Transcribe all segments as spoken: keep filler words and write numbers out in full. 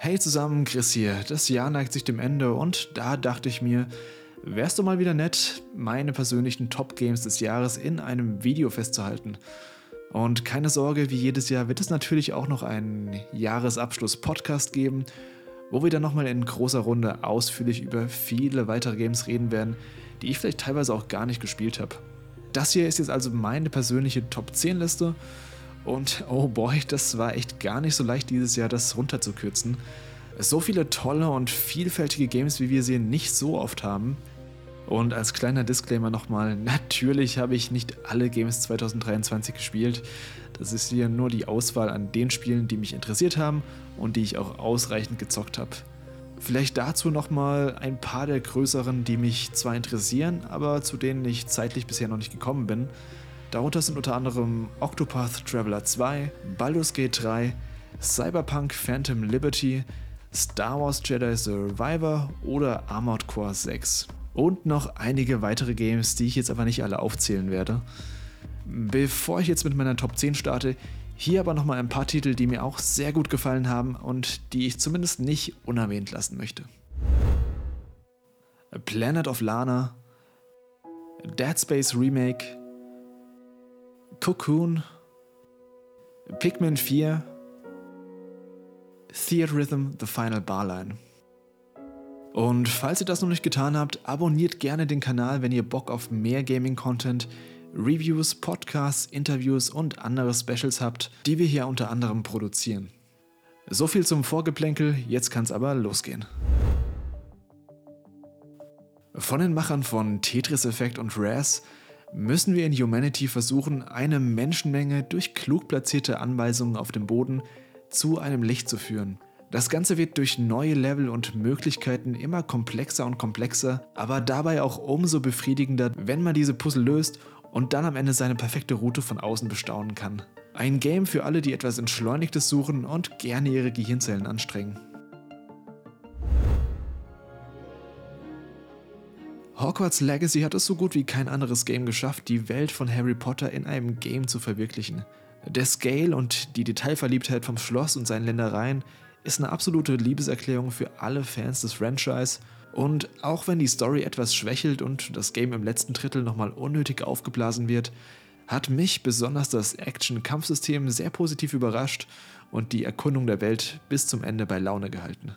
Hey zusammen, Chris hier. Das Jahr neigt sich dem Ende und da dachte ich mir, wär's doch mal wieder nett, meine persönlichen Top-Games des Jahres in einem Video festzuhalten. Und keine Sorge, wie jedes Jahr wird es natürlich auch noch einen Jahresabschluss-Podcast geben, wo wir dann nochmal in großer Runde ausführlich über viele weitere Games reden werden, die ich vielleicht teilweise auch gar nicht gespielt habe. Das hier ist jetzt also meine persönliche Top zehn Liste. Und oh boy, das war echt gar nicht so leicht dieses Jahr, das runterzukürzen. So viele tolle und vielfältige Games, wie wir sie nicht so oft haben. Und als kleiner Disclaimer nochmal, natürlich habe ich nicht alle Games zwanzig dreiundzwanzig gespielt. Das ist hier nur die Auswahl an den Spielen, die mich interessiert haben und die ich auch ausreichend gezockt habe. Vielleicht dazu nochmal ein paar der größeren, die mich zwar interessieren, aber zu denen ich zeitlich bisher noch nicht gekommen bin. Darunter sind unter anderem Octopath Traveler zwei, Baldur's Gate drei, Cyberpunk Phantom Liberty, Star Wars Jedi Survivor oder Armored Core sechs. Und noch einige weitere Games, die ich jetzt aber nicht alle aufzählen werde. Bevor ich jetzt mit meiner Top zehn starte, hier aber nochmal ein paar Titel, die mir auch sehr gut gefallen haben und die ich zumindest nicht unerwähnt lassen möchte. Planet of Lana, Dead Space Remake, Cocoon, Pikmin vier, Theatrhythm The Final Barline. Und falls ihr das noch nicht getan habt, abonniert gerne den Kanal, wenn ihr Bock auf mehr Gaming-Content, Reviews, Podcasts, Interviews und andere Specials habt, die wir hier unter anderem produzieren. So viel zum Vorgeplänkel, jetzt kann's aber losgehen. Von den Machern von Tetris Effect und Raz müssen wir in Humanity versuchen, eine Menschenmenge durch klug platzierte Anweisungen auf dem Boden zu einem Licht zu führen. Das Ganze wird durch neue Level und Möglichkeiten immer komplexer und komplexer, aber dabei auch umso befriedigender, wenn man diese Puzzle löst und dann am Ende seine perfekte Route von außen bestaunen kann. Ein Game für alle, die etwas Entschleunigtes suchen und gerne ihre Gehirnzellen anstrengen. Hogwarts Legacy hat es so gut wie kein anderes Game geschafft, die Welt von Harry Potter in einem Game zu verwirklichen. Der Scale und die Detailverliebtheit vom Schloss und seinen Ländereien ist eine absolute Liebeserklärung für alle Fans des Franchise. Und auch wenn die Story etwas schwächelt und das Game im letzten Drittel nochmal unnötig aufgeblasen wird, hat mich besonders das Action-Kampfsystem sehr positiv überrascht und die Erkundung der Welt bis zum Ende bei Laune gehalten.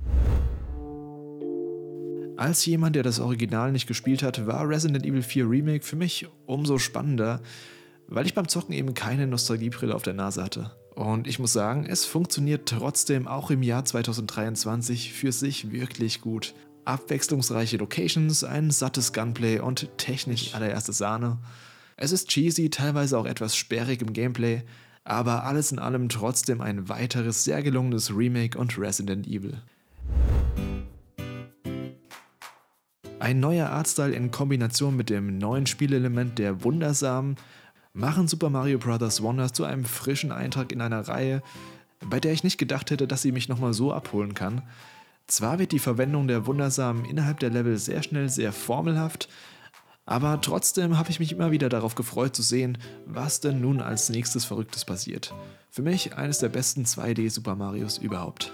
Als jemand, der das Original nicht gespielt hat, war Resident Evil vier Remake für mich umso spannender, weil ich beim Zocken eben keine Nostalgiebrille auf der Nase hatte. Und ich muss sagen, es funktioniert trotzdem auch im Jahr zwanzig dreiundzwanzig für sich wirklich gut. Abwechslungsreiche Locations, ein sattes Gunplay und technisch allererste Sahne. Es ist cheesy, teilweise auch etwas sperrig im Gameplay, aber alles in allem trotzdem ein weiteres sehr gelungenes Remake und Resident Evil. Ein neuer Artstyle in Kombination mit dem neuen Spielelement der Wundersamen machen Super Mario Bros. Wonder zu einem frischen Eintrag in einer Reihe, bei der ich nicht gedacht hätte, dass sie mich nochmal so abholen kann. Zwar wird die Verwendung der Wundersamen innerhalb der Level sehr schnell sehr formelhaft, aber trotzdem habe ich mich immer wieder darauf gefreut zu sehen, was denn nun als nächstes Verrücktes passiert. Für mich eines der besten zwei D Super Marios überhaupt.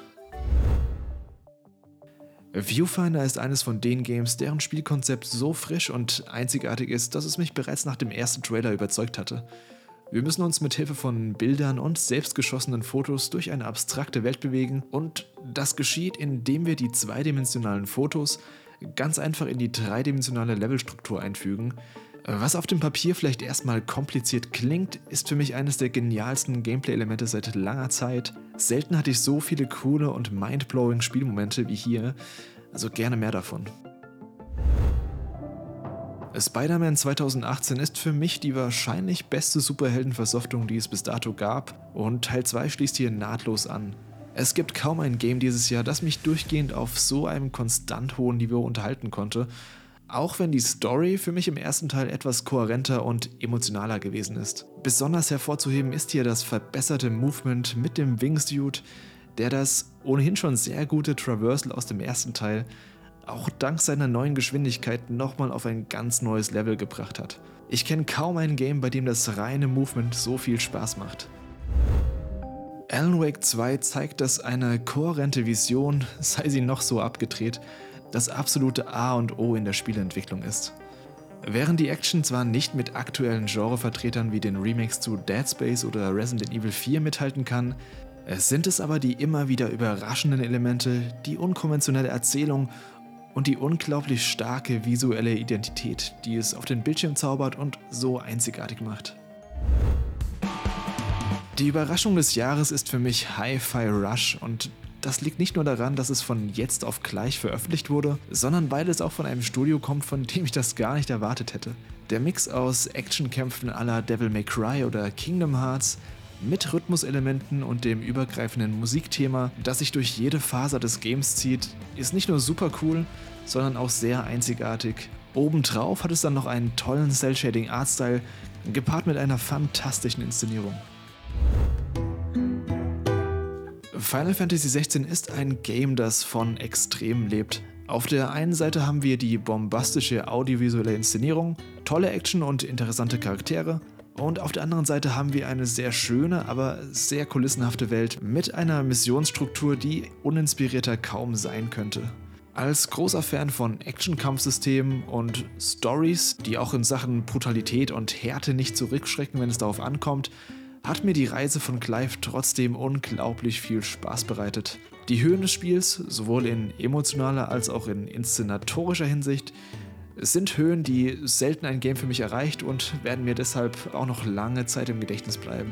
Viewfinder ist eines von den Games, deren Spielkonzept so frisch und einzigartig ist, dass es mich bereits nach dem ersten Trailer überzeugt hatte. Wir müssen uns mit Hilfe von Bildern und selbstgeschossenen Fotos durch eine abstrakte Welt bewegen und das geschieht, indem wir die zweidimensionalen Fotos ganz einfach in die dreidimensionale Levelstruktur einfügen. Was auf dem Papier vielleicht erstmal kompliziert klingt, ist für mich eines der genialsten Gameplay-Elemente seit langer Zeit. Selten hatte ich so viele coole und mindblowing Spielmomente wie hier, also gerne mehr davon. Spider-Man zwanzig achtzehn ist für mich die wahrscheinlich beste Superheldenversoftung, die es bis dato gab, und Teil zwei schließt hier nahtlos an. Es gibt kaum ein Game dieses Jahr, das mich durchgehend auf so einem konstant hohen Niveau unterhalten konnte, auch wenn die Story für mich im ersten Teil etwas kohärenter und emotionaler gewesen ist. Besonders hervorzuheben ist hier das verbesserte Movement mit dem Wingsuit, der das ohnehin schon sehr gute Traversal aus dem ersten Teil auch dank seiner neuen Geschwindigkeit nochmal auf ein ganz neues Level gebracht hat. Ich kenne kaum ein Game, bei dem das reine Movement so viel Spaß macht. Alan Wake zwei zeigt, dass eine kohärente Vision, sei sie noch so abgedreht, das absolute A und O in der Spieleentwicklung ist. Während die Action zwar nicht mit aktuellen Genrevertretern wie den Remakes zu Dead Space oder Resident Evil vier mithalten kann, es sind es aber die immer wieder überraschenden Elemente, die unkonventionelle Erzählung und die unglaublich starke visuelle Identität, die es auf den Bildschirm zaubert und so einzigartig macht. Die Überraschung des Jahres ist für mich Hi-Fi Rush und das liegt nicht nur daran, dass es von jetzt auf gleich veröffentlicht wurde, sondern weil es auch von einem Studio kommt, von dem ich das gar nicht erwartet hätte. Der Mix aus Actionkämpfen à la Devil May Cry oder Kingdom Hearts mit Rhythmuselementen und dem übergreifenden Musikthema, das sich durch jede Faser des Games zieht, ist nicht nur super cool, sondern auch sehr einzigartig. Obendrauf hat es dann noch einen tollen Cell-Shading-Artstyle, gepaart mit einer fantastischen Inszenierung. Final Fantasy sechzehn ist ein Game, das von Extremen lebt. Auf der einen Seite haben wir die bombastische audiovisuelle Inszenierung, tolle Action und interessante Charaktere, und auf der anderen Seite haben wir eine sehr schöne, aber sehr kulissenhafte Welt mit einer Missionsstruktur, die uninspirierter kaum sein könnte. Als großer Fan von Action-Kampfsystemen und Stories, die auch in Sachen Brutalität und Härte nicht zurückschrecken, wenn es darauf ankommt, hat mir die Reise von Clive trotzdem unglaublich viel Spaß bereitet. Die Höhen des Spiels, sowohl in emotionaler als auch in inszenatorischer Hinsicht, sind Höhen, die selten ein Game für mich erreicht und werden mir deshalb auch noch lange Zeit im Gedächtnis bleiben.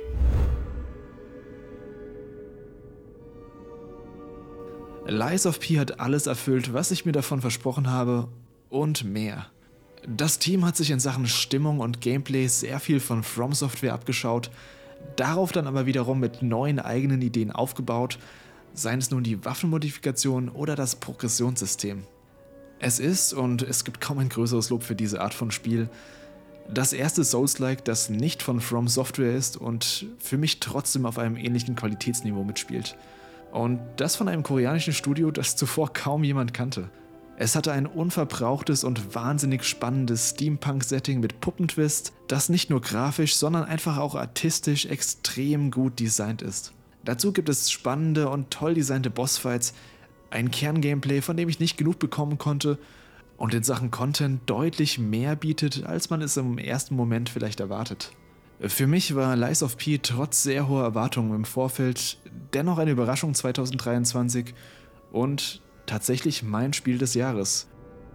Lies of P hat alles erfüllt, was ich mir davon versprochen habe und mehr. Das Team hat sich in Sachen Stimmung und Gameplay sehr viel von From Software abgeschaut, darauf dann aber wiederum mit neuen eigenen Ideen aufgebaut, seien es nun die Waffenmodifikation oder das Progressionssystem. Es ist, und es gibt kaum ein größeres Lob für diese Art von Spiel, das erste Souls-like, das nicht von From Software ist und für mich trotzdem auf einem ähnlichen Qualitätsniveau mitspielt. Und das von einem koreanischen Studio, das zuvor kaum jemand kannte. Es hatte ein unverbrauchtes und wahnsinnig spannendes Steampunk-Setting mit Puppentwist, das nicht nur grafisch, sondern einfach auch artistisch extrem gut designt ist. Dazu gibt es spannende und toll designte Bossfights, ein Kerngameplay, von dem ich nicht genug bekommen konnte und in Sachen Content deutlich mehr bietet, als man es im ersten Moment vielleicht erwartet. Für mich war Lies of P trotz sehr hoher Erwartungen im Vorfeld dennoch eine Überraschung zweitausenddreiundzwanzig und tatsächlich mein Spiel des Jahres.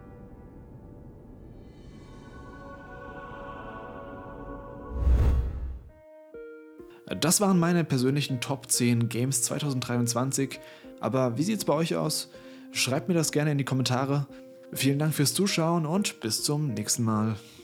Das waren meine persönlichen Top zehn Games zweitausenddreiundzwanzig, aber wie sieht's bei euch aus? Schreibt mir das gerne in die Kommentare. Vielen Dank fürs Zuschauen und bis zum nächsten Mal.